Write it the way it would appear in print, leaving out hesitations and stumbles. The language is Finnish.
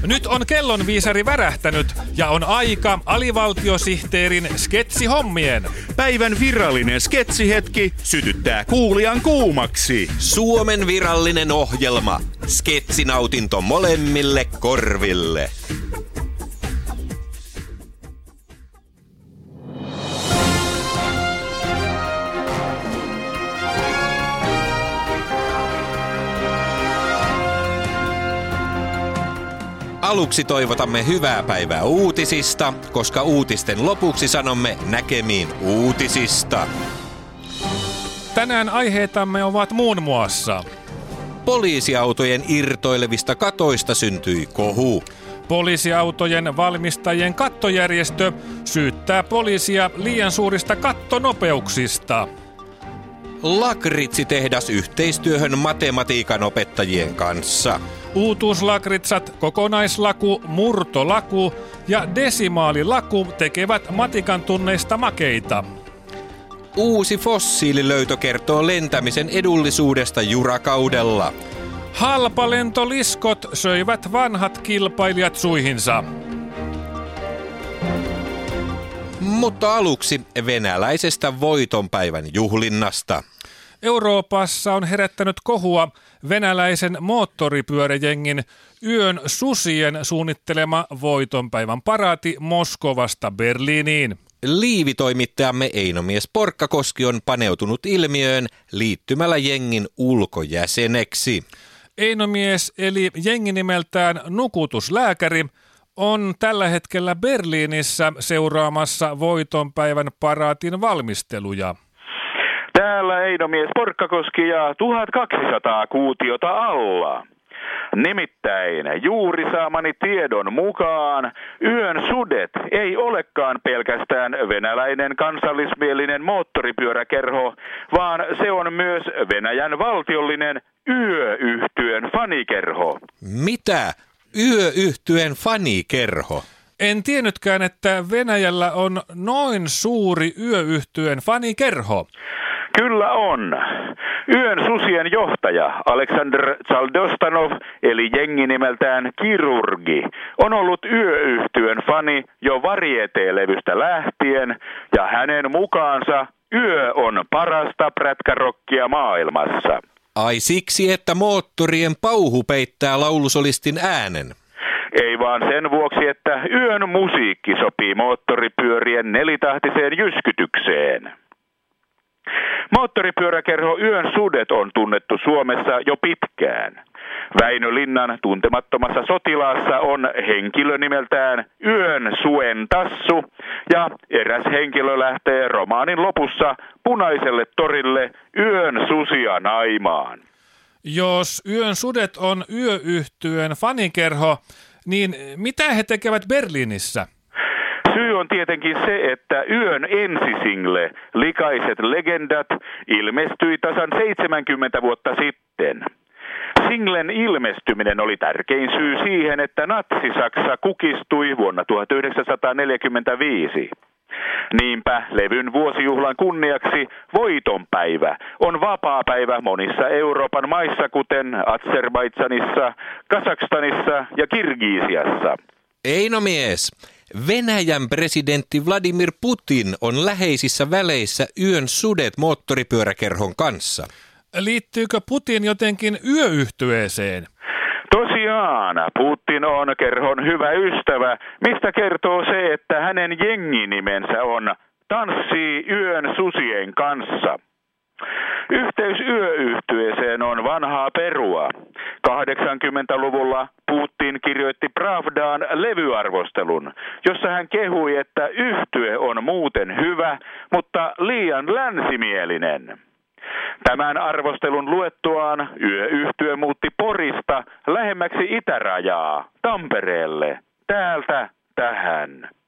Nyt on kellonviisari värähtänyt ja on aika alivaltiosihteerin sketsihommien. Päivän virallinen sketsihetki sytyttää kuulijan kuumaksi. Suomen virallinen ohjelma. Sketsinautinto molemmille korville. Aluksi toivotamme hyvää päivää uutisista, koska uutisten lopuksi sanomme näkemiin uutisista. Tänään aiheitamme ovat muun muassa: poliisiautojen irtoilevista katoista syntyi kohu. Poliisiautojen valmistajien kattojärjestö syyttää poliisia liian suurista kattonopeuksista. Lakritsitehdas yhteistyöhön matematiikan opettajien kanssa. Uutuuslakritsat, kokonaislaku, murtolaku ja desimaalilaku tekevät matikan tunneista makeita. Uusi fossiililöytö kertoo lentämisen edullisuudesta jurakaudella. Halpalentoliskot söivät vanhat kilpailijat suihinsa. Mutta aluksi venäläisestä voitonpäivän juhlinnasta. Euroopassa on herättänyt kohua venäläisen moottoripyöräjengin Yön susien suunnittelema voitonpäivän paraati Moskovasta Berliiniin. Liivitoimittajamme Einomies Porkkakoski on paneutunut ilmiöön liittymällä jengin ulkojäseneksi. Einomies eli jengi nimeltään Nukutuslääkäri on tällä hetkellä Berliinissä seuraamassa voitonpäivän paraatin valmisteluja. Täällä Einomies Porkkakoski ja 1200 kuutiota alla. Nimittäin juuri saamani tiedon mukaan Yön sudet ei olekaan pelkästään venäläinen kansallismielinen moottoripyöräkerho, vaan se on myös Venäjän valtiollinen Yö-yhtyeen fanikerho. Mitä? Yö-yhtyeen fanikerho? En tiennytkään, että Venäjällä on noin suuri Yö-yhtyeen fanikerho. Kyllä on. Yön susien johtaja Aleksandr Chaldostanov, eli jengi nimeltään Kirurgi, on ollut Yö-yhtyeen fani jo Varieté-levystä lähtien, ja hänen mukaansa Yö on parasta prätkärokkia maailmassa. Ai siksi, että moottorien pauhu peittää laulusolistin äänen? Ei vaan sen vuoksi, että Yön musiikki sopii moottoripyörien nelitahtiseen jyskytykseen. Moottoripyöräkerho Yön sudet on tunnettu Suomessa jo pitkään. Väinö Linnan Tuntemattomassa sotilaassa on henkilö nimeltään Yön suen tassu, ja eräs henkilö lähtee romaanin lopussa punaiselle torille Yön susia naimaan. Jos Yön sudet on Yö-yhtyeen fanikerho, niin mitä he tekevät Berliinissä? Syy on tietenkin se, että Yön ensisingle Likaiset legendat ilmestyi tasan 70 vuotta sitten. Singlen ilmestyminen oli tärkein syy siihen, että Natsi-Saksa kukistui vuonna 1945. Niinpä levyn vuosijuhlan kunniaksi voitonpäivä on vapaapäivä monissa Euroopan maissa, kuten Azerbaidžanissa, Kazakstanissa ja Kirgisiassa. Einomies, Venäjän presidentti Vladimir Putin on läheisissä väleissä Yön sudet moottoripyöräkerhon kanssa. Liittyykö Putin jotenkin Yö-yhtyeeseen? Tosiaan, Putin on kerhon hyvä ystävä, mistä kertoo se, että hänen jenginimensä on Tanssii Yön susien kanssa. Yhteys Yö-yhtyeeseen on vanhaa perua. 80-luvulla Putin kirjoitti Pravdaan levyarvostelun, jossa hän kehui, että yhtye on muuten hyvä, mutta liian länsimielinen. Tämän arvostelun luettuaan Yö-yhtye muutti Porista lähemmäksi itärajaa, Tampereelle, täältä tähän.